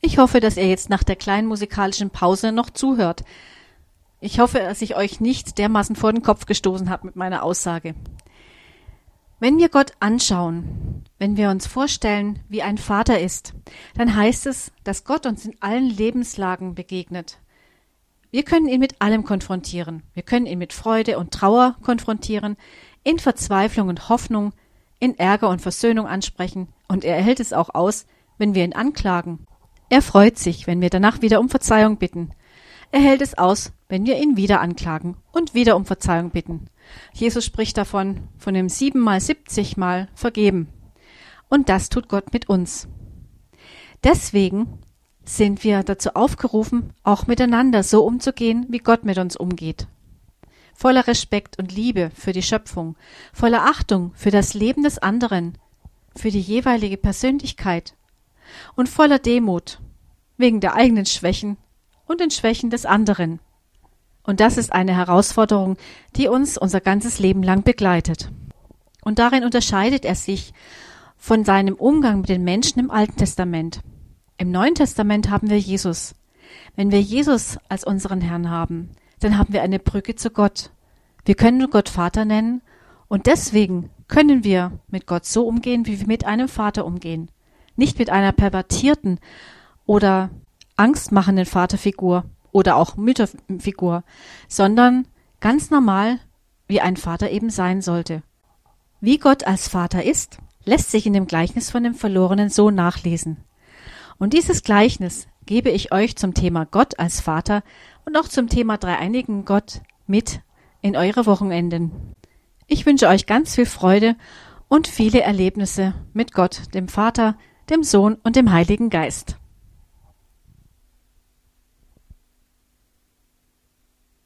Ich hoffe, dass ihr jetzt nach der kleinen musikalischen Pause noch zuhört. Ich hoffe, dass ich euch nicht dermaßen vor den Kopf gestoßen habe mit meiner Aussage. Wenn wir Gott anschauen, wenn wir uns vorstellen, wie ein Vater ist, dann heißt es, dass Gott uns in allen Lebenslagen begegnet. Wir können ihn mit allem konfrontieren. Wir können ihn mit Freude und Trauer konfrontieren, in Verzweiflung und Hoffnung, in Ärger und Versöhnung ansprechen, und er hält es auch aus, wenn wir ihn anklagen. Er freut sich, wenn wir danach wieder um Verzeihung bitten. Er hält es aus, wenn wir ihn wieder anklagen und wieder um Verzeihung bitten. Jesus spricht davon, von dem 7-mal, 70-mal vergeben. Und das tut Gott mit uns. Deswegen sind wir dazu aufgerufen, auch miteinander so umzugehen, wie Gott mit uns umgeht. Voller Respekt und Liebe für die Schöpfung, voller Achtung für das Leben des anderen, für die jeweilige Persönlichkeit und voller Demut wegen der eigenen Schwächen und den Schwächen des anderen. Und das ist eine Herausforderung, die uns unser ganzes Leben lang begleitet. Und darin unterscheidet er sich von seinem Umgang mit den Menschen im Alten Testament. Im Neuen Testament haben wir Jesus. Wenn wir Jesus als unseren Herrn haben, dann haben wir eine Brücke zu Gott. Wir können Gott Vater nennen und deswegen können wir mit Gott so umgehen, wie wir mit einem Vater umgehen. Nicht mit einer pervertierten oder angstmachenden Vaterfigur oder auch Mütterfigur, sondern ganz normal, wie ein Vater eben sein sollte. Wie Gott als Vater ist, lässt sich in dem Gleichnis von dem verlorenen Sohn nachlesen. Und dieses Gleichnis gebe ich euch zum Thema Gott als Vater und auch zum Thema dreieinigen Gott mit in eure Wochenenden. Ich wünsche euch ganz viel Freude und viele Erlebnisse mit Gott, dem Vater, dem Sohn und dem Heiligen Geist.